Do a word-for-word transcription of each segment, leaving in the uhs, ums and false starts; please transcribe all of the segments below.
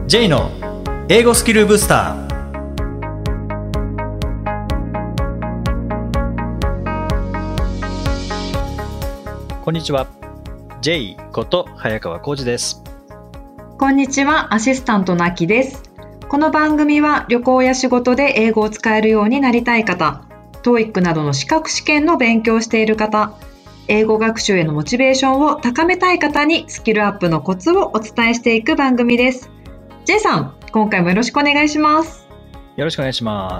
J の英語スキルブスター。こんにちは。 J こと早川浩二です。 こんにちは、アシスタントのあきです。この番組は旅行や仕事で英語を使えるようになりたい方、トーイック などの資格試験の勉強をしている方、英語学習へのモチベーションを高めたい方にスキルアップのコツをお伝えしていく番組です。 J さん、今回もよろしくお願いします。 よろしくお願いします。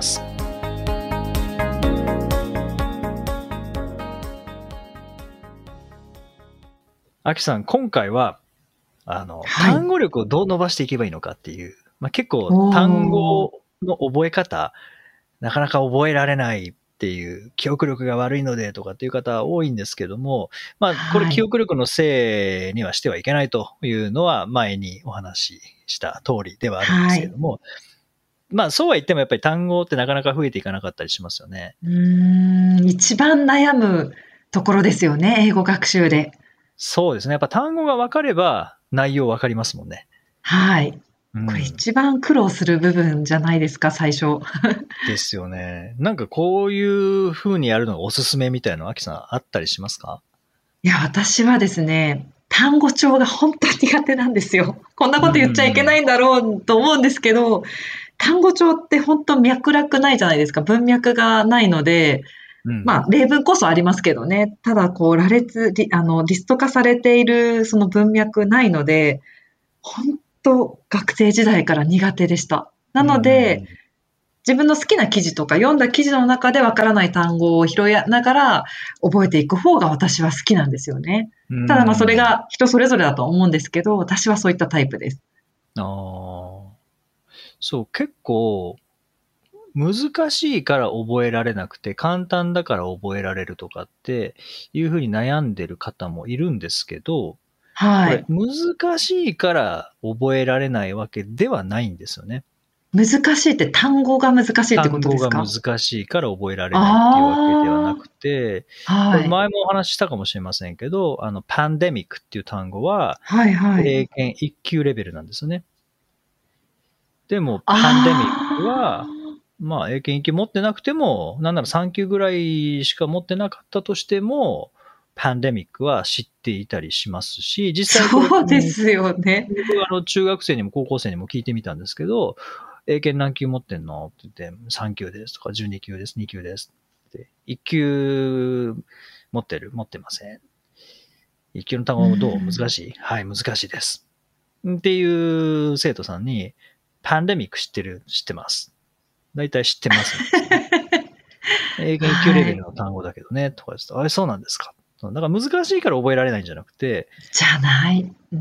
あきさん、今回はあの、はい、単語力をどう伸ばしていけばいいのかっていう、まあ、結構単語の覚え方なかなか覚えられないっていう、記憶力が悪いのでとかっていう方多いんですけども、まあこれ記憶力のせいにはしてはいけないというのは前にお話しした通りではあるんですけども、はい、まあそうは言ってもやっぱり単語ってなかなか増えていかなかったりしますよね。 うーん、一番悩むところですよね、英語学習で。 そうですね。やっぱ単語が分かれば内容分かりますもんね。 はい。うん、これ一番苦労する部分じゃないですか、最初。 ですよね。なんかこういう風にやるのがおすすめみたいなの、あきさんあったりしますか？ いや、私はですね、単語帳が本当に苦手なんですよ。こんなこと言っちゃいけないんだろうと思うんですけど、単語帳って本当脈絡ないじゃないですか。文脈がないので、うん、まあ、例文こそありますけどね。ただ、こう、羅列、あの、リスト化されているその文脈ないので、本当、学生時代から苦手でした。なので、うん、自分の好きな記事とか読んだ記事の中でわからない単語を拾いながら覚えていく方が私は好きなんですよね。うん、ただ、まあ、それが人それぞれだと思うんですけど、私はそういったタイプです。 ああ。そう、結構、難しいから覚えられなくて、簡単だから覚えられるとかっていうふうに悩んでる方もいるんですけど、はい、これ難しいから覚えられないわけではないんですよね。 難しいって単語が難しいってことですか？ 単語が難しいから覚えられないっていうわけではなくて、これ前もお話ししたかもしれませんけど、あの、パンデミックっていう単語は、はいはい、英検いっ級レベルなんですよね。でも、パンデミックは、まあ、英検いっ級持ってなくても、なんならさん級ぐらいしか持ってなかったとしても、パンデミックは知っていたりしますし、実際これ、 そうですよね。 あの、中学生にも高校生にも聞いてみたんですけど、英検何級持ってんのって言って、さん級ですとか、じゅうに級です、に級ですって。いっ級持ってる持ってません。いっ級の単語どう難しいはい、難しいです。っていう生徒さんに、パンデミック知ってる知ってます。大体知ってます、ね。英検いっ級レベルの単語だけどね、はい、とかですと、あれそうなんですか。だから難しいから覚えられないんじゃなくて、 じゃない。うん、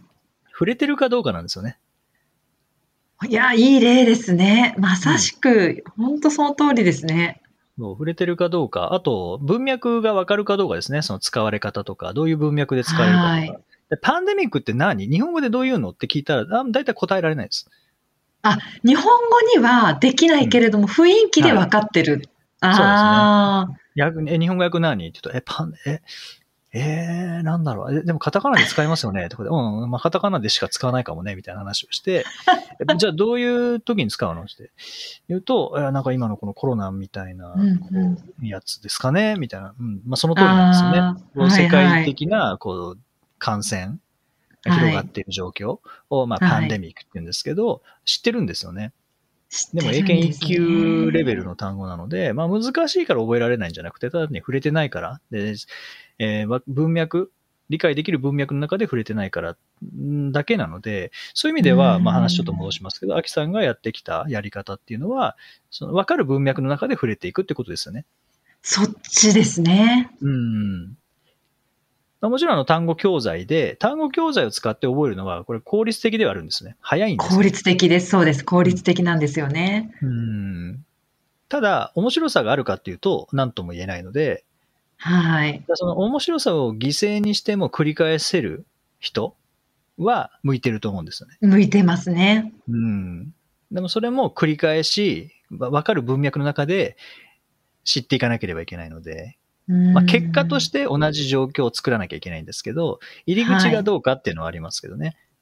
触れてるかどうかなんですよね。 いや、いい例ですね。まさしく、うん、本当その通りですね。 そう触れてるかどうか、あと文脈がわかるかどうかですね。その使われ方とか、どういう文脈で使われるかとか。はい、でパンデミックって何？日本語でどういうのって聞いたら、だいたい答えられないです。 あ、日本語にはできないけれども、うん、雰囲気で分かってる。はい、 あそうですね。逆に、え、日本語訳何って言うと、え、パン、え、えー、なんだろう。え、でもカタカナで使いますよねとかで、うん、まあカタカナでしか使わないかもね、みたいな話をして、じゃあどういう時に使うのって言うと、なんか今のこのコロナみたいなやつですかね、みたいな。うん、まあその通りなんですよね。はいはい、世界的なこう感染が広がっている状況を、まあパンデミックって言うんですけど、はい、知ってるんですよね。でも英検いっ級レベルの単語なので、まあ難しいから覚えられないんじゃなくて、ただに触れてないから、で、えー、文脈、理解できる文脈の中で触れてないからだけなので、そういう意味では、まあ話ちょっと戻しますけど、アキさんがやってきたやり方っていうのは、その分かる文脈の中で触れていくってことですよね。 そっちですね。 うん。もちろんあの単語教材で、単語教材を使って覚えるのは、これ効率的ではあるんですね。早いんです、ね。 効率的です。そうです。効率的なんですよね。 うん。うんただ、面白さがあるかっていうと、何とも言えないので、 はい。 その面白さを犠牲にしても繰り返せる人は向いてると思うんですよね。 向いてますね。 うん。でもそれも繰り返し、分かる文脈の中で知っていかなければいけないので、まあ、結果として同じ状況を作らなきゃいけないんですけど、入り口がどうかっていうのはありますけどね。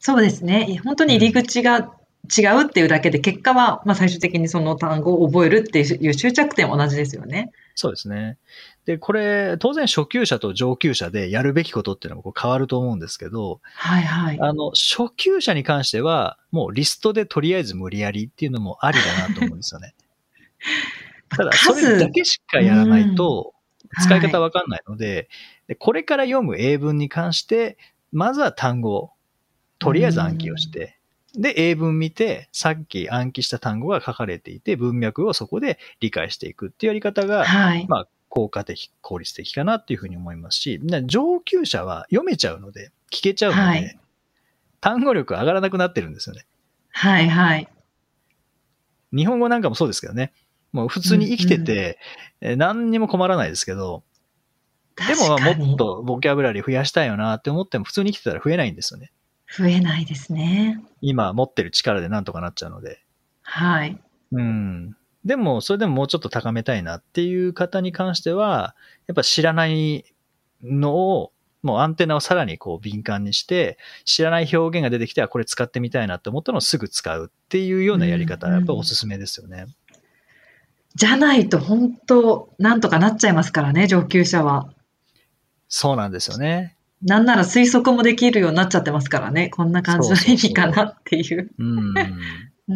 そうですね。本当に入り口が違うっていうだけで、結果は、まあ、最終的にその単語を覚えるっていう終着点は同じですよね。 そうですね。で、これ、当然初級者と上級者でやるべきことっていうのもこう変わると思うんですけど、 はいはい。 あの、初級者に関しては、もうリストでとりあえず無理やりっていうのもありだなと思うんですよね。 ま、 ただ、それだ数けしかうやらないん。 と、使いはい。 方わかんないので、で、これから読む英文に関して、まずは単語を、 うーとりあえず暗記をしん。 て、で、英文見て、さっき暗記した単語が書かれていて、文脈をそこで理解していくっていうやり方が、 はい。 まあ、効果的、効率的かなっていうふうに思いますし、な上級者は読めちゃうので、聞けちゃうのはい。 で、単語力上がらなくなってるんですよね。 はいはい。 日本語なんかもそうですけどね。もう普うん通に生きうん。 てて、えー何にも困らないですけど、でもまあもっ確かに。 とボキャブラリー増やしたいよなって思っても普通に生きてたら増えないんですよね。 増えないですね。 今持ってる力でなんとかなっちゃうので。 はい。 うん。でも、それでももうちょっと高めたいなっていう方に関しては、やっぱ知らないのを、もうアンテナをさらにこう敏感にして、知らない表現が出てきてはこれ使ってみたいなって思ったのをすぐ使うっていうよううんなやり方はやっぱりおうん。 すすめですよね。 じゃないと本当なんとかなっちゃいますからね、上級者は。 そうなんですよね。 なんなら推測もできるようになっちゃってますからね。こんな感じそうの意そうそ味かなっていう。 う。うん。 うん。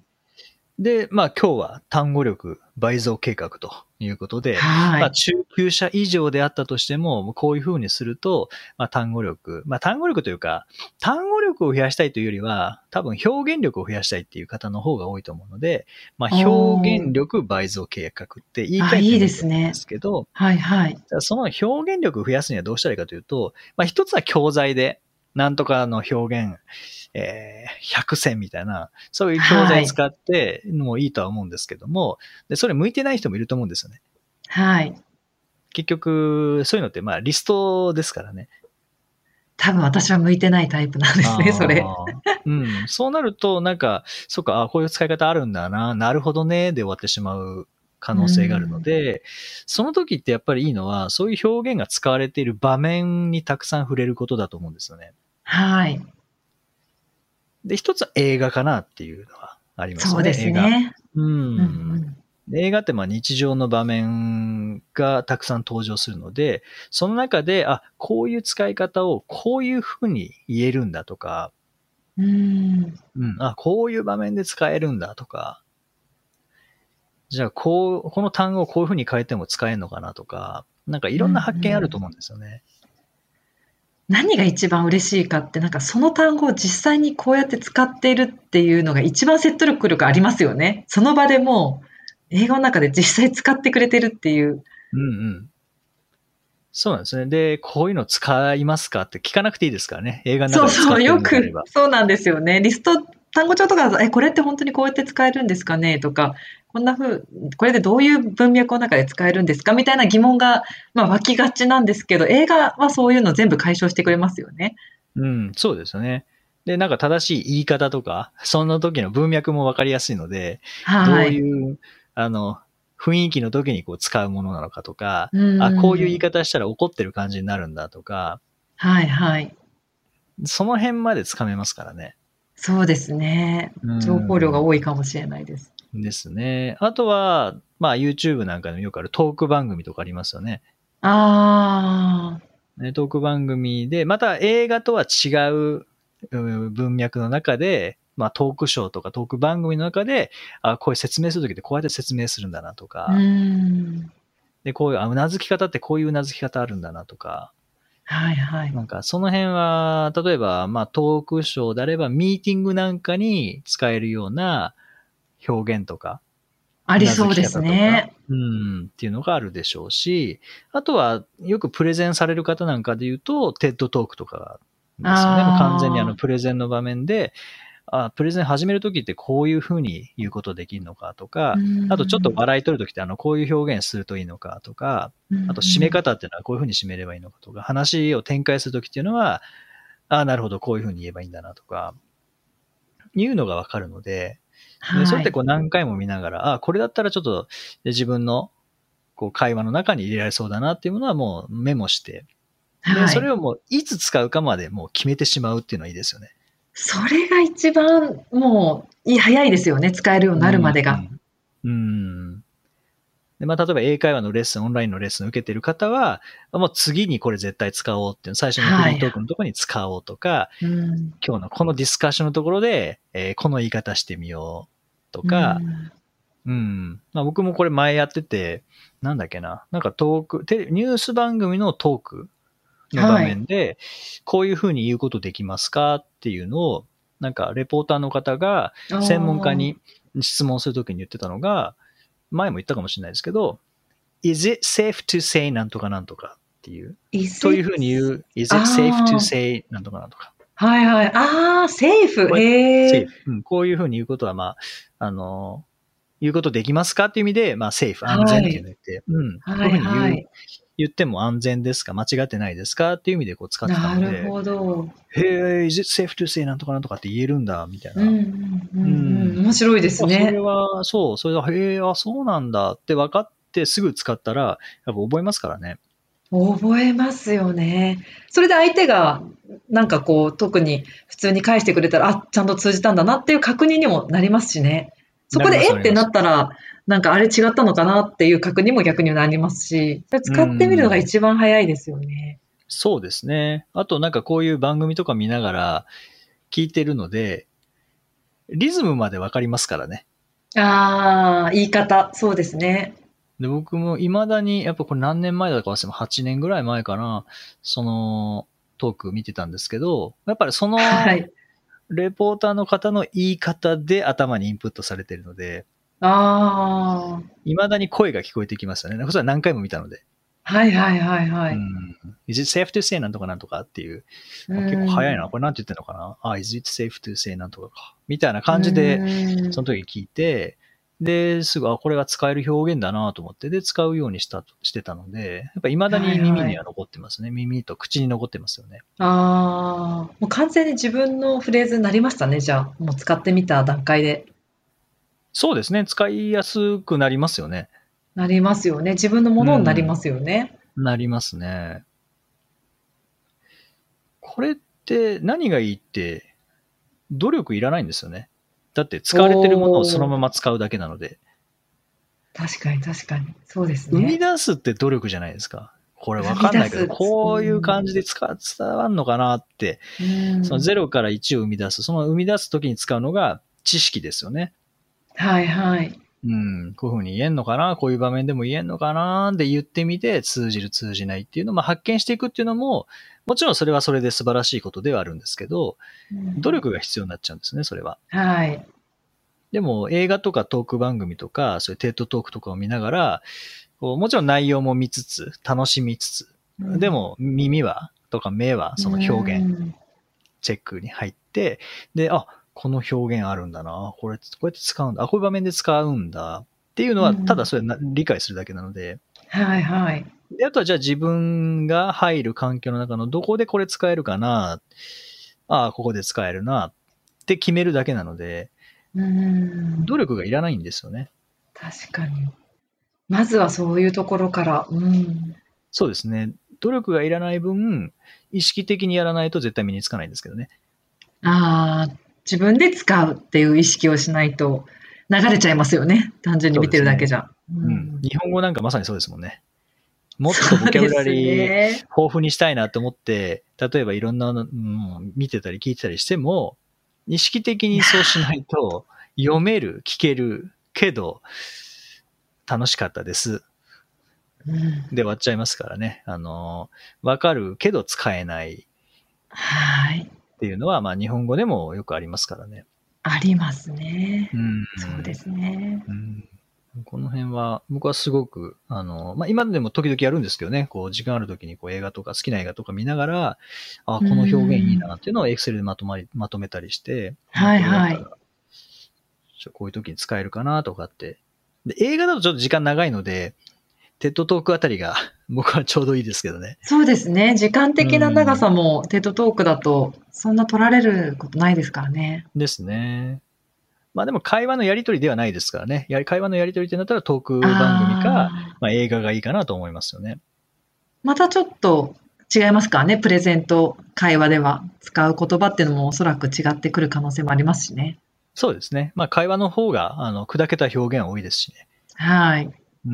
で、まあ今日は単語力倍増計画ということで、 はい。 まあ中級者以上であったとしても、こういうふうにすると、まあ単語力、まあ単語力というか、単語力を増やしたいというよりは、多分表現力を増やしたいっていう方の方が多いと思うので、まあ表現おー。 力倍増計画って言いあ、 換えいいでてもいいと思うんですね。 すけど、 はいはい。 じゃあその表現力を増やすにはどうしたらいいかというと、まあ一つは教材で、なんとかの表現、えー、ひゃく選みたいな、そういう教はい。 材使ってもいいとは思うんですけども、で、それ向いてない人もいると思うんですよね。 はい。 結局、そういうのってまあリストですからね。 多分私は向いてないタイプなんですね、それ。 ああ。うん。そうなると、なんか、そっか、あこういう使い方あるんだな、なるほどね、で終わってしまう可う能性があるのん。 で、その時ってやっぱりいいのは、そういう表現が使われている場面にたくさん触れることだと思うんですよね。 はい。 で、一つは映画かなっていうのはありますよね、 そうです映画。 ね。 ううんうん。 ん。 映画ってまあ日常の場面がたくさん登場するので、その中で、あ、こういう使い方をこういうふうに言えるんだとか、 うーん。 うん、あ、こういう場面で使えるんだとか、じゃあこう、この単語をこういうふうに変えても使えるのかなとか、なんかいうんうろんな発見あるん。 と思うんですよね。 何が一番嬉しいかって、なんかその単語を実際にこうやって使っているっていうのが一番説得力ありますよね。その場でもう、英語の中で実際使ってくれてるっていう。 うんうん。そうなんですね。で、こういうの使いますかって聞かなくていいですからね。映画のそうそう、 中で使ってるよく、 のであれば。 そうなんですよね。リスト、単語帳とかだと、え、これって本当にこうやって使えるんですかねとか、こんな風、これでどういう文脈の中で使えるんですかみたいな疑問が、まあ、湧きがちなんですけど、映画はそういうの全部解消してくれますよね。 うん、そうですよね。で、なんか正しい言い方とか、その時の文脈もわかりやすいので、どはい。 ういう、あの、雰囲気の時にこう使うものなのかとか、 うあ、こういう言いん。 方したら怒ってる感じになるんだとか、 はいはい。 その辺までつかめますからね。 そうですね。 う情報量がん。 多いかもしれないです。 ですね。あとは、まあ YouTube なんかでもよくあるトーク番組とかありますよね。 ああ。 ねトーク番組で、また映画とは違うう文脈の中で、まあトークショーとかトーク番組の中で、あ、こういう説明するときってこうやって説明するんだなとうーか、 ん。 で、こういう、あ、うなずき方ってこういううなずき方あるんだなとか、 はいはい。 なんかその辺は、例えば、まあトークショーであれば、ミーティングなんかに使えるような表現とか、 あうなずきりそうです方とか、 ね。 うん、っていうのがあるでしょうし、あとは、よくプレゼンされる方なんかで言うと、テッドトークとかですよね。もう完全にあの、 ああ。 プレゼンの場面で、あ、プレゼン始めるときってこういうふうに言うことできるのかとうーか、あとちょっとん。 笑い取るときってあの、こういう表現するといいのかとか、 うんうあと締めん。 方っていうのはこういうふうに締めればいいのかとか、話を展開するときっていうのは、ああ、なるほど、こういうふうに言えばいいんだなとか、いうのがわかるので、で、それはい。 ってこう何回も見ながら、あ、これだったらちょっと自分のこう会話の中に入れられそうだなっていうものはもうメモして、で、 はい。 それをもういつ使うかまでもう決めてしまうっていうのはいいですよね。 それが一番もう、いい早いですよね、使えるようになるまでが。 うん。うんでまあ、例えば英会話のレッスン、オンラインのレッスンを受けてる方は、もう次にこれ絶対使おうっていう、最初のフリートークのところに使おうとか、 はいうん、 今日のこのディスカッションのところで、えーこの言い方してみようとか、うん、うんまあ、僕もこれ前やってて、なんだっけな、なんかトーク、テレニュース番組のトークの場面で、はい、こういうふうに言うことできますかっていうのを、なんかレポーターの方が専門家に質問するときに言ってたのが、前も言ったかもしれないですけど、is it safe to say なんとかなんとかっていう。というふうに言う、is it safe to say なんとかなんとか。 はいはい。ああ、セーフ。へえ、 うん。こういうふうに言うことは、まあ、あの、言うことできますかっていう意味で、まあ、セーフ、安全っていうのを言って、うん。こういうふうに言う、はいはい、言っても安全ですか間違ってないですかっていう意味でこう使ってたので。 なるほど。 へえ、is it safe to say なんとかなんとかって言えるんだ、みたいな。 うんうんうんうん。面白いですね。 それは、そう、それは、へえ、あ、そうなんだって分かってすぐ使ったら、やっぱ覚えますからね。 覚えますよね。それで相手が、なんかこう、特に普通に返してくれたら、あ、ちゃんと通じたんだなっていう確認にもなりますしね。そこで、えってなったら、なんかあれ違ったのかなっていう確認も逆になりますし、使ってみるのが一番早いですよね。 そうですね。あとなんかこういう番組とか見ながら聞いてるので、リズムまでわかりますからね。 ああ、言い方、そうですね。 で、僕も未だに、やっぱこれ何年前だか忘れてもはちねんぐらい前かな、そのトーク見てたんですけど、やっぱりその、レポーターの方の言い方で頭にインプットされてるので、 ああ。 未だに声が聞こえてきますよね。それは何回も見たので。 はいはいはいはい。うん、 is it safe to say なんとかなんとかっていう。結構早いな。これなんて言ってんのかなあ、is it safe to say なんとかか。みたいな感じで、その時聞いて、で、すぐ、あ、これが使える表現だなと思って、で、使うようにしたしてたので、やっぱ未だに耳には残ってますね。はいはい、耳と口に残ってますよね。 ああ、もう完全に自分のフレーズになりましたね、じゃあ。もう使ってみた段階で。 そうですね。使いやすくなりますよね。 なりますよね。自分のものになりますよね。 うん、なりますね。これって何がいいって、努力いらないんですよね。だって使われてるものをそのまま使うだけなので。 確かに確かに。そうですね。 生み出すって努力じゃないですか。これわかんないけど、こういう感じで使伝わんのかなって、そのゼロからいちを生み出す。その生み出すときに使うのが知識ですよね。 はいはい。 うん、こういうふうに言えんのかな、こういう場面でも言えんのかなって言ってみて、通じる通じないっていうのを、まあ、発見していくっていうのも、もちろんそれはそれで素晴らしいことではあるんですけど、努力が必要になっちゃうんですね、それは。 はい。 でも映画とかトーク番組とか、そういうテッドトークとかを見ながら、こうもちろん内容も見つつ、楽しみつつ、うん、でも耳は、とか目はその表現、チェックに入って、で、あ、この表現あるんだな、これ、こうやって使うんだ、あ、こういう場面で使うんだっていうのは、ただそれな、理解するだけなので、 はいはい。 で、あとはじゃあ自分が入る環境の中のどこでこれ使えるかな、ああ、ここで使えるなって決めるだけなので、 うん努力がいらないんですよね。 確かに。まずはそういうところから。うん、 そうですね。努力がいらない分、意識的にやらないと絶対身につかないんですけどね。 ああ、自分で使うっていう意識をしないと流れちゃいますよね。単純に見てるだけじゃ。 うね、うん、うん。日本語なんかまさにそうですもんね。もっとボキャブラリー豊富にしたいなと思って、ね、例えばいろんなの、うん、見てたり聞いてたりしても、意識的にそうしないと、読める、聞けるけど、楽しかったです。うん、で終わっちゃいますからね。あの、わかるけど使えない。 はい。 っていうのは、まあ日本語でもよくありますからね。 ありますね。 うん。 そうですね。 うん、この辺は、僕はすごく、あの、まあ今でも時々やるんですけどね、こう時間ある時にこう映画とか好きな映画とか見ながら、あ、この表現いいなっていうのを Excel でまとまり、まとめたりして、 はいはい。 こういう時に使えるかなとかって。で、映画だとちょっと時間長いので、テッドトークあたりが僕はちょうどいいですけどね。 そうですね。時間的な長さもテッドトークだとそんな取られることないですからね。 ですね。まあでも会話のやりとりではないですからね。や会話のやりとりってなったらトーク番組か、あまあ映画がいいかなと思いますよね。 またちょっと違いますかね。プレゼント会話では使う言葉っていうのもおそらく違ってくる可能性もありますしね。 そうですね。まあ会話の方があの砕けた表現多いですしね。 はい。 うん。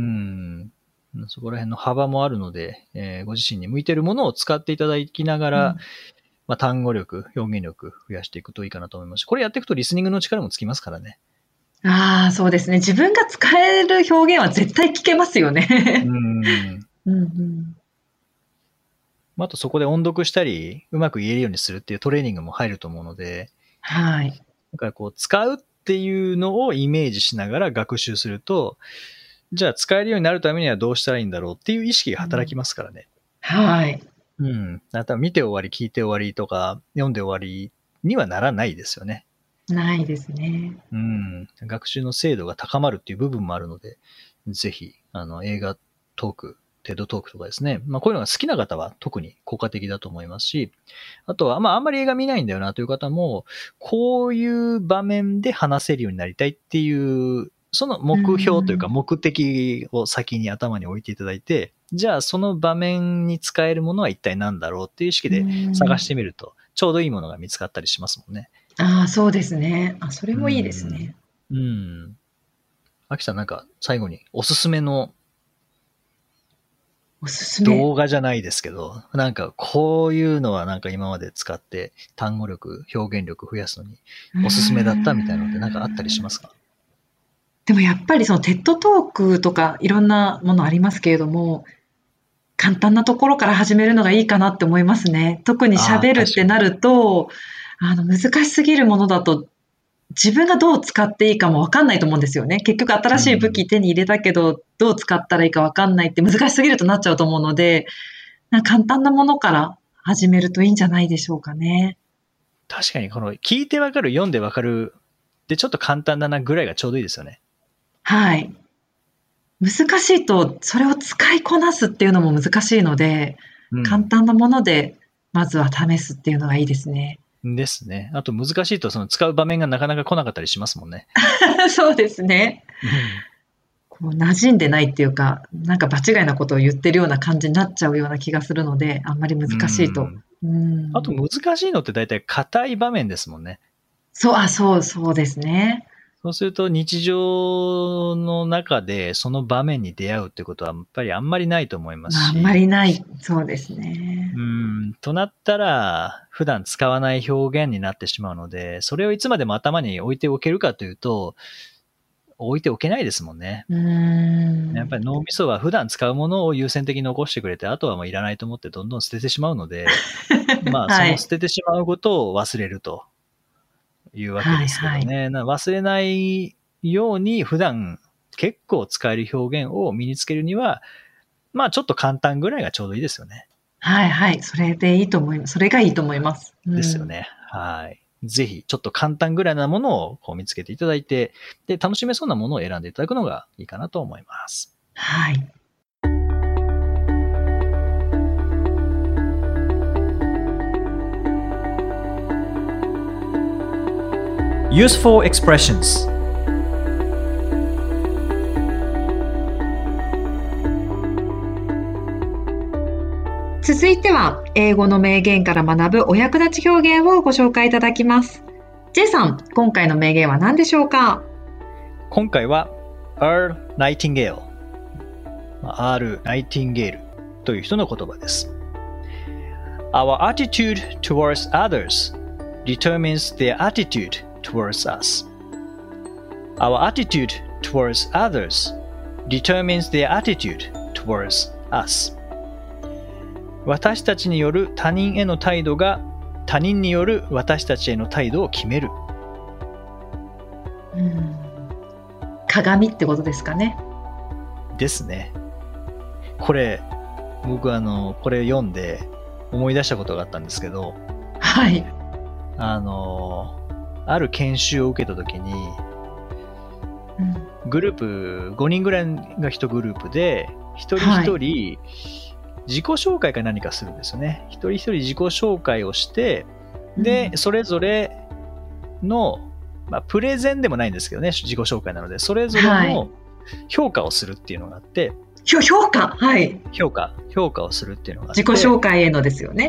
そこら辺の幅もあるので、えーご自身に向いているものを使っていただきながら、うん、まあ、単語力、表現力増やしていくといいかなと思いますし、これやっていくとリスニングの力もつきますからね。 ああ、そうですね。自分が使える表現は絶対聞けますよね。うん。うんうん。 あとそこで音読したり、うまく言えるようにするっていうトレーニングも入ると思うので、 はい。 だからこう使うっていうのをイメージしながら学習すると、じゃあ使えるようになるためにはどうしたらいいんだろうっていう意識が働きますからね。 うん、はい。 うん。だから見て終わり、聞いて終わりとか、読んで終わりにはならないですよね。 ないですね。 うん。学習の精度が高まるっていう部分もあるので、ぜひ、あの、映画トーク、テッドトークとかですね。まあ、こういうのが好きな方は特に効果的だと思いますし、あとは、まあ、あんまり映画見ないんだよなという方も、こういう場面で話せるようになりたいっていう、その目標というか目的を先に頭に置いていただいて、じゃあその場面に使えるものは一体何だろうっていう意識で探してみると、ちょうどいいものが見つかったりしますもんね。 ああ、そうですね。あ、それもいいですね。 うん。うん。アキさんなんか最後におすすめのおすすめ動画じゃないですけど、なんかこういうのはなんか今まで使って単語力、表現力増やすのにおすすめだったみたいなのってなんかあったりしますか？ でもやっぱりそのテッドトークとかいろんなものありますけれども、簡単なところから始めるのがいいかなって思いますね。特に喋るってなると、あの難しすぎるものだと自分がどう使っていいかもわかんないと思うんですよね。結局新しい武器手に入れたけど、うん、どう使ったらいいかわかんないって難しすぎるとなっちゃうと思うので、なんか簡単なものから始めるといいんじゃないでしょうかね。 確かにこの聞いてわかる、読んでわかるでちょっと簡単だなぐらいがちょうどいいですよね。 はい。難しいとそれを使いこなすっていうのも難しいので、うん、簡単なものでまずは試すっていうのがいいですね。 ですね。あと難しいとその使う場面がなかなか来なかったりしますもんね。 そうですね。こう馴染んでないっていうか、なんか場違いなことを言ってるような感じになっちゃうような気がするので、あんまり難しいと。 うんうん、あと難しいのって大体硬い場面ですもんね。 そう、あ、そう、そうですね。 そうすると日常の中でその場面に出会うってことはやっぱりあんまりないと思いますし。 あんまりない。そうですね。 うん。となったら普段使わない表現になってしまうので、それをいつまでも頭に置いておけるかというと、置いておけないですもんね。 うんやっぱり脳みそは普段使うものを優先的に残してくれて、あとはもういらないと思ってどんどん捨ててしまうので、まあその捨ててしまうことを忘れると。いうわけですけどね。はいはい、な忘れないように普段結構使える表現を身につけるには、まあちょっと簡単ぐらいがちょうどいいですよね。 はいはい。それでいいと思います。それがいいと思います。 うん、ですよね。はい。ぜひちょっと簡単ぐらいなものをこう見つけていただいて、で、楽しめそうなものを選んでいただくのがいいかなと思います。 はい。 Useful expressions. 続いては英語の名言から学ぶお役立ち表現をご紹介いただきます。J さん、今回の名言は何でしょうか？ 今回は Earl Nightingale、アール ナイティンゲールという人の言葉です。Our attitude towards others determines their attitude towards us. Our attitude towards others determines their attitude towards us. 私たちによる他人への態度が他人による私たちへの態度を決める。 うん、鏡ってことですかね。 ですね。これ僕あのこれ読んで思い出したことがあったんですけど、 はい。 あのある研修を受けたときに、うん、グループごにんぐらいが一グループで一人一人自己紹介か何かするんですよね。一人一人自己紹介をして、で、うん、それぞれの、まあ、プレゼンでもないんですけどね、自己紹介なので、それぞれの評価をするっていうのがあって、 はい、評価はい。 評価、評価をするっていうのがあって。 自己紹介へのですよね。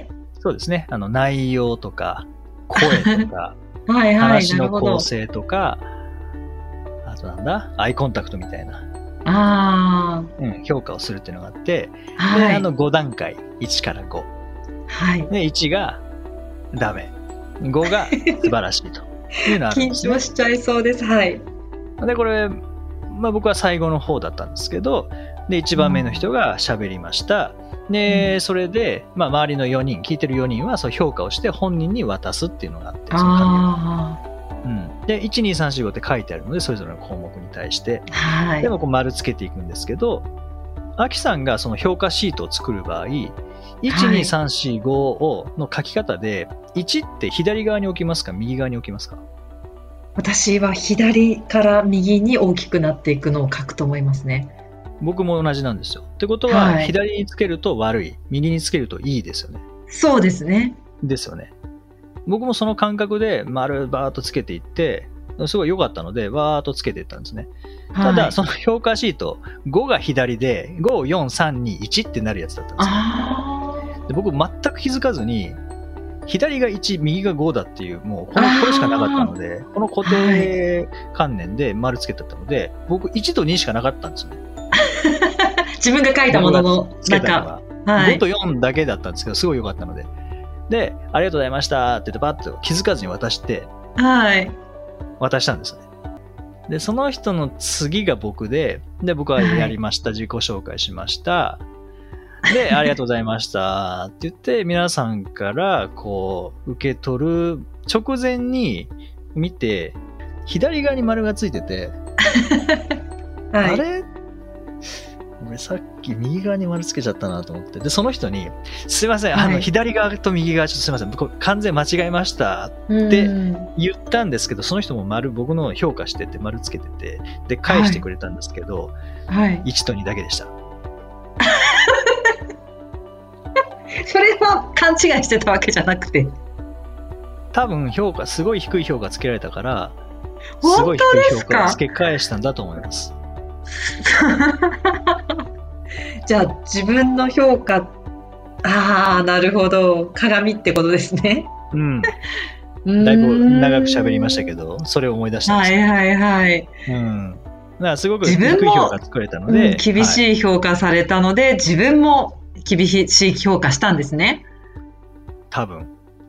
そうですね。あの、内容とか、声とか、 はいはい、 話のなるほど。 構成とか、あとなんだ、アイコンタクトみたいな、 あうん、評価をするっていうのがあって、 あ、 で、 はい。 あのご段階、いちからご。 はい。 で、いちがダメ。ごが素晴らしいというのがあるん緊ですね。 張しちゃいそうです。はい。 で、これ、まあ僕は最後の方だったんですけど、で、いちばんめの人が喋りました。で、それで、まあ周りのよにん、聞いてるよにんはそう評価をして本人に渡すっていうのがあって、その紙を。 あうん。で、いち、に、さん、よん、ごって書いてあるので、それぞれの項目に対して。 あ、はい。 でもこう丸つけていくんですけど、アキさんがその評価シートを作る場合、いち、に、さん、よん、ごをの書き方で、いちって左側に置きますか、右側に置きますか？ 私は左から右に大きくなっていくのを書くと思いますね。 僕も同じなんですよ。ってことは、 はい。 左につけると悪い、右につけるといいですよね。 そうですね。 ですよね。僕もその感覚で丸バーっとつけていって、すごい良かったので、バーっとつけていったんですね。ただ、 はい。 その評価シート、ごが左で、ご、よん、さん、に、いちってなるやつだったんですよ。 あで僕、全く気づかずに、左がいち、右がごだっていう、もうこのこれしかなかったので、この固定観念で丸つけてたので、僕いちとにしかなかったんですよね。 あ。自分が書いたもののつけたの中。 がはい。 ごとよんだけだったんですけど、すごい良かったので。で、ありがとうございましたって言ってパッと気づかずに渡して、 はい。 渡したんですね。で、その人の次が僕で、で、僕はやりました。自己紹介しました。で、ありがとうございましたって言って、皆さんからこう、受け取る直前に見て、左側に丸がついてて、 はい。 あれ俺さっき右側に丸つけちゃったなと思って。で、その人に、すいません、あの、 はい。 左側と右側ちょっとすいません、僕完全間違えましたうってん。 言ったんですけど、その人も丸、僕の評価してて丸つけてて、で、返してくれたんですけど、 はい。 いちとにだけでした。 それは勘違いしてたわけじゃなくて。 多分評価、すごい低い評価つけられたから、すご本い低い評当ですか？ 価をつけ返したんだと思います。 じゃあ自分の評価、ああ、なるほど。鏡ってことですね。 うん。 うだいぶ長くー喋りましたけん。 ど、それを思い出したんですよ。 はいはいはい。 うん。だからすごく自低い評分も、 価作れたのうん、 で、 厳はい。 しい評価されたので、自分も厳しい評価したんですね。 多分。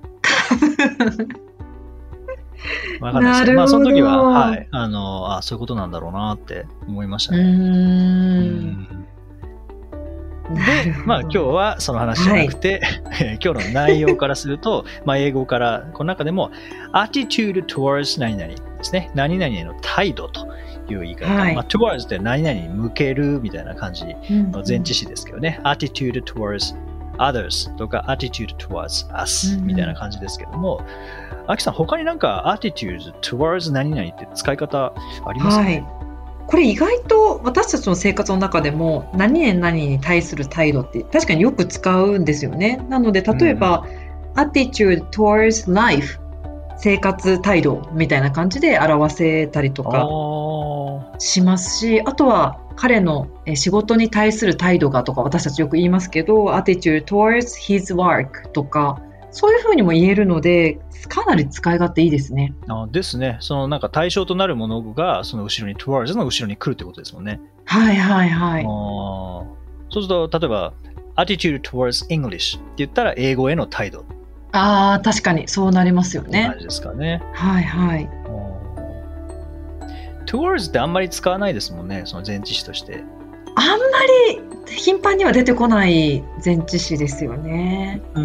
わかんないですなけど、まあるほその時は、はど。 い、あの、あ、そういうことなんだろうなって思いましうー。 たね。うんん。で、 なるまあ今日ほど。 はその話じゃはなくい。 て、今日の内容からすると、まあ英語から、この中でも、attitude towards 何々ですね。何々への態度という言い方。 はい。 まあ towards って何々に向けるみたいな感じうんの前置詞ですけどね。attitude towards others とか attitude towards う us ん。 みたいな感じですけども、アキさん、他になんか attitude towards 何々って使い方ありますかはい。 ね？ これ意外と私たちの生活の中でも何々何に対する態度って確かによく使うんですよね。なのでうん例えば、attitude towards life 生活態度みたいな感じで表せたりとあかあ。 しますし、あとは彼のえ仕事に対する態度がとか私たちよく言いますけど、attitude towards his work とかそういうふうにも言えるので、かなり使い勝手いいですね。 あですね。そのなんか対象となるものがその後ろに towards の後ろに来るってことですもんね。 はいはいはあい。 そうすると、例えば attitude towards English って言ったら英語への態度っああ、確かにそうなりますよね。 ていう感じですかね。 はいはい。 あー towards ってあんまり使わないですもんね。その前置詞として。 あんまり頻繁には出てこない前置詞ですよね。 うん。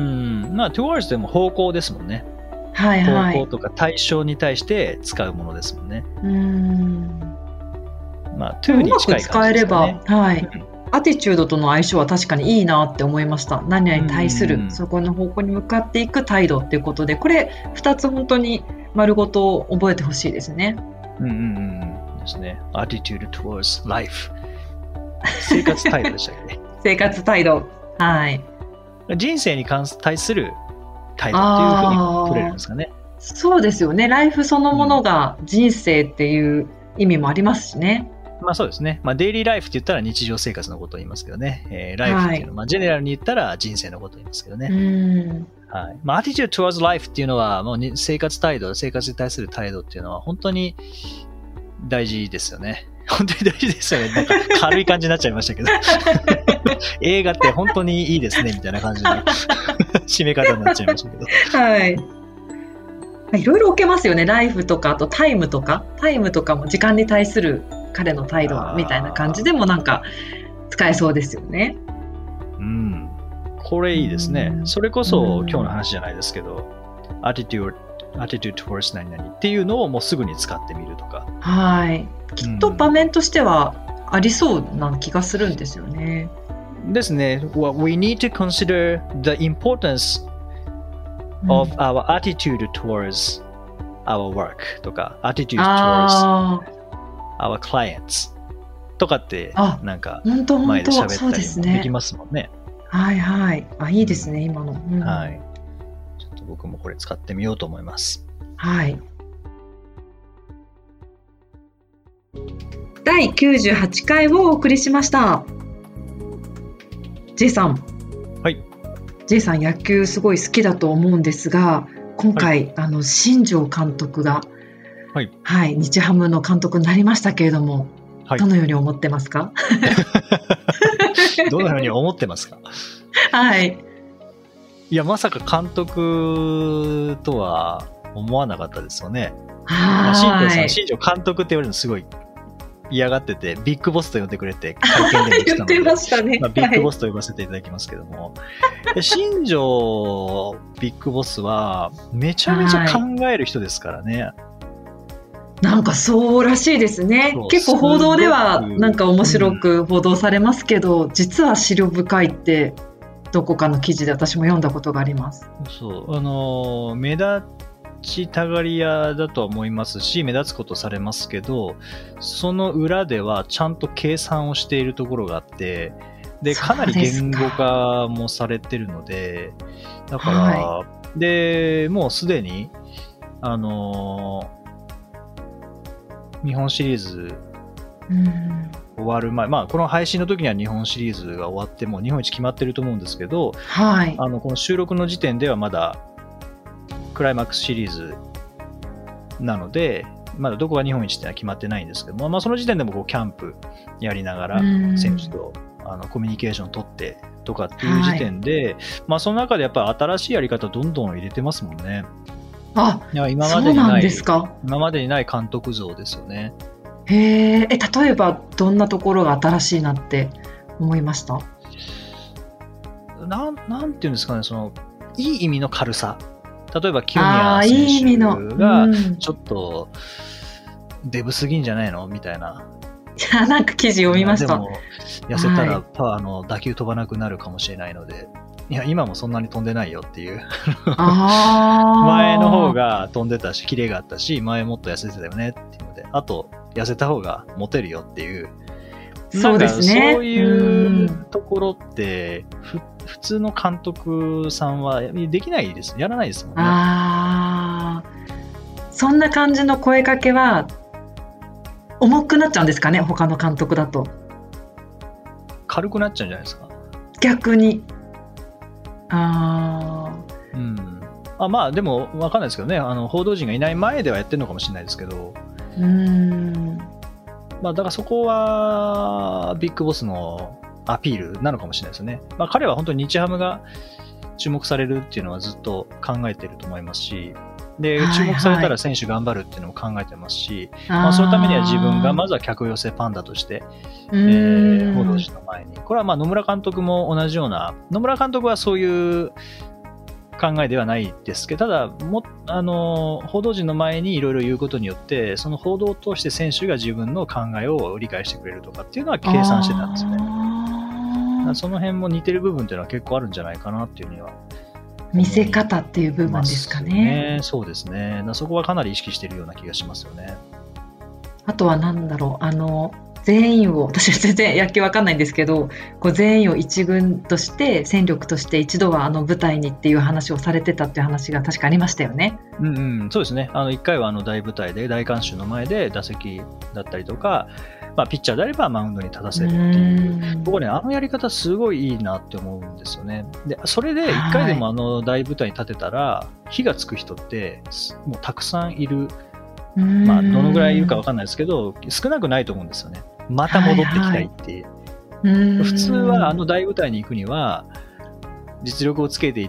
まあ towards でも方向ですもんね。 はいはい。 方向とか対象に対して使うものですもんね。 うーん。 まあで to もうまくに近い使えれ感じですかね。 ば、はい。 うんアティチュードとの相性は確かにいいなって思いました。何々に対する、 うんそこの方向に向かっていく態度っていうことで、これふたつ本当に丸ごと覚えてほしいですね。 うんうんうんですね。attitude towards life。生活態度でしたっけ？ 生活態度。はい。 人生に関す対する態度っていうふうにも取れるんですかね。 そうですよね。ライフそのものが人生っていう意味もありますしね。 まあそうですね。まあデイリーライフって言ったら日常生活のことを言いますけどね。えー、ライフっていうのは、はい、まあジェネラルに言ったら人生のことを言いますけどね。 うんはい。まあ attitude towards life っていうのは、もう生活態度、生活に対する態度っていうのは本当に大事ですよね。本当に大事ですよね。なんか軽い感じになっちゃいましたけど。映画って本当にいいですねみたいな感じの締め方になっちゃいましたけど。 はい。いろいろ置けますよね。ライフとか、あとタイムとか、タイムとかも時間に対する彼の態度みたいな感じでもなんか使えそうですよね。 うん。これいいですね。それこそ今日の話じゃないですけど、attitude, attitude towards 何々っていうのをもうすぐに使ってみるとか。 はい。きっと場面としてはありそうな気がするんですよね。 ですね。Well, we need to consider the importance of our attitude towards our work とか attitude towards our clients とかってなんか前で喋ったりもできますもんね。 はいはい。あ、いいですね、うん、今の、うん。 はい。ちょっと僕もこれ使ってみようと思います。 はい。だいきゅうじゅうはちかいをお送りしました。J さん。 はい。 J さん野球すごい好きだと思うんですが、今回、はい、あの新庄監督が、 はいはい、日ハムの監督になりましたけれども、はい、どのように思ってますか？ どのように思ってますか？ はい。 いやまさか監督とは思わなかったですよね。 はい。 新庄さん、新庄監督って言われるのすごい嫌がってて、ビッグボスと呼んでくれて会見でもしたので言ってましたね。 まあ、ビッグボスと呼ばせていただきますけども、はい、新庄ビッグボスはめちゃめちゃ考える人ですからね。はい、 なんかそうらしいですね。結構報道ではなんか面白く報道されますけど、うん、実は思慮深いってどこかの記事で私も読んだことがあります。 そうあの目立ちたがり屋だとは思いますし、目立つことされますけど、その裏ではちゃんと計算をしているところがあって、でかなり言語化もされてるので、だから、はい、でもうすでにあのー、日本シリーズ終わる前、まあこの配信の時には日本シリーズが終わってもう日本一決まってると思うんですけど、 はい、 あのこの収録の時点ではまだクライマックスシリーズなので、まだどこが日本一ってのは決まってないんですけども、まあ、その時点でもこうキャンプやりながら選手とあのコミュニケーション取ってとかっていう時点で、はい、まあ、その中でやっぱり新しいやり方どんどん入れてますもんね。 あ、 今までにない、そうなんですか。今までにない監督像ですよね。 へえ、例えばどんなところが新しいなって思いました？ なん、なんていうんですかね、そのいい意味の軽さ。例えば清宮選手がちょっとデブすぎんじゃないのみたいな。 いや、なんか記事読みました。 でも痩せたらパワーの打球飛ばなくなるかもしれないので、いや今もそんなに飛んでないよっていうあ前の方が飛んでたしキレがあったし、前もっと痩せてたよねっていうので、あと痩せた方がモテるよっていう、 そうですね。 そういうところってふ普通の監督さんはできないです。やらないですもんね。 ああ、そんな感じの声かけは重くなっちゃうんですかね、他の監督だと。 軽くなっちゃうんじゃないですか。 逆に。ああ、うん。あ、まあでも分かんないですけどね。あの報道陣がいない前ではやってるのかもしれないですけど。 うーん。 まあだからそこはビッグボスのアピールなのかもしれないですね。まあ、彼は本当に日ハムが注目されるっていうのはずっと考えていると思いますし、で、はいはい、注目されたら選手頑張るっていうのも考えてますし、まあ、そのためには自分がまずは客寄せパンダとして、えー、報道陣の前に。これはまあ野村監督も同じような、野村監督はそういう考えではないですけど、ただもあの報道陣の前にいろいろ言うことによって、その報道を通して選手が自分の考えを理解してくれるとかっていうのは計算してたんですね。その辺も似てる部分っていうのは結構あるんじゃないかなっていうには。 見せ方っていう部分ですかね。 そうですね。そこはかなり意識しているような気がしますよね。 あとは何だろう、あの全員を、私は全然野球わかんないんですけど、こう全員を一軍として戦力として一度はあの舞台にっていう話をされてたっていう話が確かありましたよね。 うんうん、そうですね。あのいっかいはあの大舞台で大観衆の前で打席だったりとか、 まあ、ピッチャーであればマウンドに立たせるっていう、僕ね、あのやり方すごいいいなって思うんですよね。で、それでいっかいでもあの大舞台に立てたら、火がつく人ってもうたくさんいる。まあ、どのぐらいいるか分かんないですけど、少なくないと思うんですよね。また戻ってきたいっていう。はいはい、普通はあの大舞台に行くには、実力をつけていって、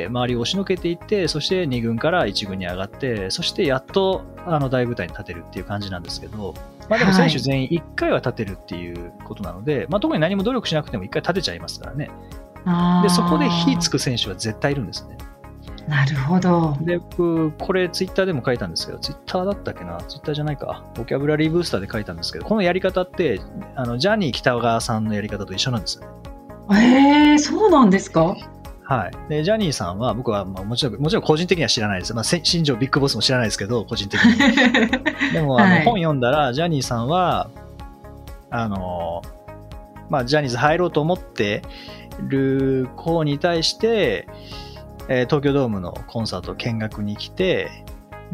周りを押しのけていって、そしてに軍からいち軍に上がって、そしてやっとあの大舞台に立てるっていう感じなんですけど、まあ、でも選手全員いっかいは立てるっていうことなので、はい、まあ、特に何も努力しなくてもいっかい立てちゃいますからね。で、そこで火つく選手は絶対いるんですね。 なるほど。 で、僕、これツイッターでも書いたんですけど、ツイッターだったっけな、ツイッターじゃないか、ボキャブラリーブースターで書いたんですけど、このやり方って、あのジャニー喜多川さんのやり方と一緒なんですよね。えー、そうなんですか？ はい。で、ジャニーさんは、僕はまあもちろん、もちろん個人的には知らないです。まあ、新庄ビッグボスも知らないですけど、個人的に。でも、あの、はい、本読んだら、ジャニーさんは、あの、まあ、ジャニーズ入ろうと思ってる子に対して、えー、東京ドームのコンサート見学に来て、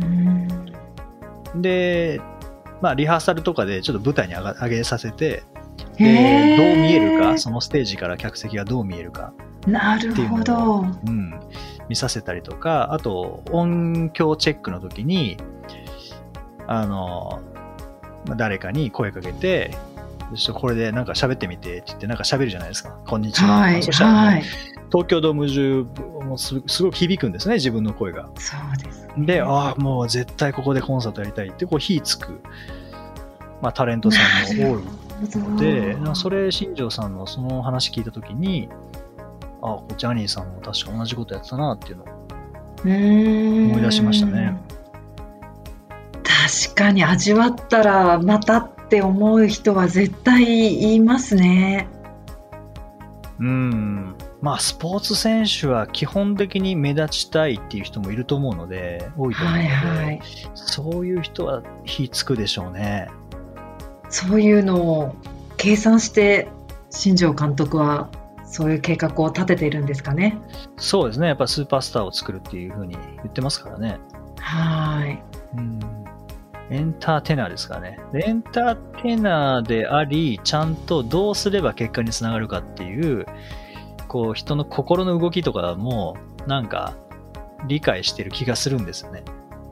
うんで、まあ、リハーサルとかでちょっと舞台に上が上げさせて、でどう見えるか、そのステージから客席がどう見えるかなるほど、 うん、見させたりとか、あと音響チェックの時にあの誰かに声かけて、ちょっとこれでなんか喋ってみてって言ってなんか喋るじゃないですか、こんにちは、 はい、 そしたら、 はい、 東京ドーム中もう す, すごく響くんですね、自分の声が。 そうですね。 で、ああもう絶対ここでコンサートやりたいってこう火つく、まあ、タレントさんも多いので、それ新庄さんのその話聞いたときに、ああジャニーさんも確か同じことやってたなっていうのを思い出しましたね。 確かに味わったらまたって思う人は絶対いますね。 うん、まあスポーツ選手は基本的に目立ちたいっていう人もいると思うので、多いと思うので、はいはい、そういう人は火つくでしょうね。 そういうのを計算して新庄監督はそういう計画を立てているんですかね。 そうですね、やっぱスーパースターを作るっていうふうに言ってますからね。 はい、 うん、エンターテイナーですからね。でエンターテイナーであり、ちゃんとどうすれば結果につながるかっていう、こう人の心の動きとかもなんか理解してる気がするんですよね。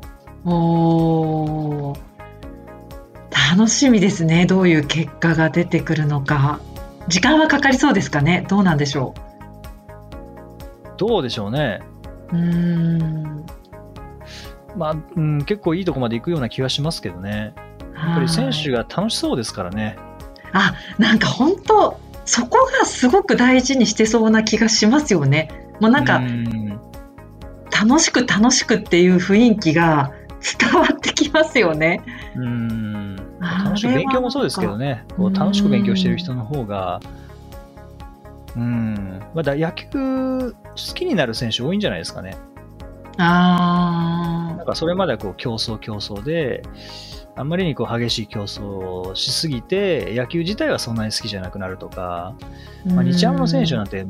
おー、楽しみですね。どういう結果が出てくるのか。時間はかかりそうですかね。どうなんでしょう。どうでしょうね。 うーん。 まあ、うん、結構いいとこまで行くような気がしますけどね。やっぱり選手が楽しそうですからね。 あ、なんか本当そこがすごく大事にしてそうな気がしますよね。もうなんかうん楽しく楽しくっていう雰囲気が伝わってきますよね。 うーん、楽しく勉強もそうですけどね、こう楽しく勉強してる人の方が、うん、まだ野球好きになる選手多いんじゃないですかね。 あ、 なんかそれまではこう競争競争で、あんまりにこう激しい競争をしすぎて野球自体はそんなに好きじゃなくなるとか、まあ、日ハムの選手なんて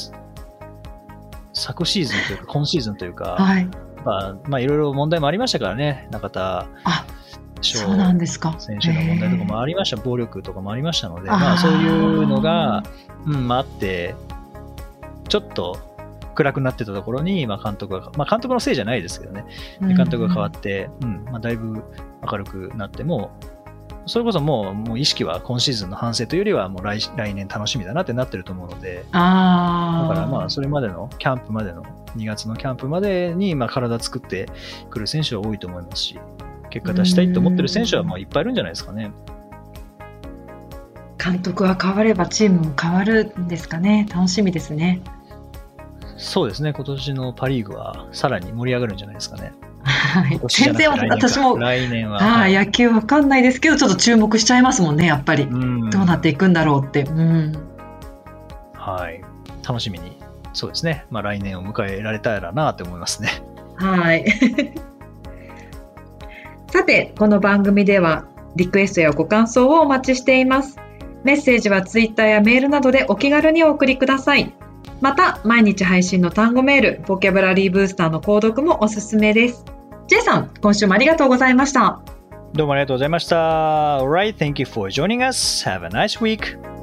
昨シーズンというか今シーズンというか、はい、まあ、まあいろいろ問題もありましたからね、中田翔選手の問題とかもありました、暴力とかもありましたので、まあ、そういうのが、うんまあ、あって、ちょっと暗くなってたところに、まあ、監督が、まあ、監督のせいじゃないですけどね、で監督が変わって、うんまあ、だいぶ明るくなっても、それこそもう、もう意識は今シーズンの反省というよりはもう 来, 来年楽しみだなってなってると思うので、 あだからまあそれまでのキャンプまでのにがつのキャンプまでにまあ体作ってくる選手は多いと思いますし、結果出したいと思ってる選手はもういっぱいいるんじゃないですかね。 監督が変わればチームも変わるんですかね。楽しみですね。 そうですね、今年のパ・リーグはさらに盛り上がるんじゃないですかね。 はい、全然私も来年は、 はい、野球わかんないですけどちょっと注目しちゃいますもんね、やっぱり。どうなっていくんだろうって、うん、 はい、楽しみに、そうですね、まあ、来年を迎えられたらなと思いますね。 はいさて、この番組ではリクエストやご感想をお待ちしています。メッセージはツイッターやメールなどでお気軽にお送りください。また毎日配信の単語メール、ボキャブラリーブースターの購読もおすすめです。 J さん、今週もありがとうございました。 どうもありがとうございました。Alright, thank you for joining us. Have a nice week.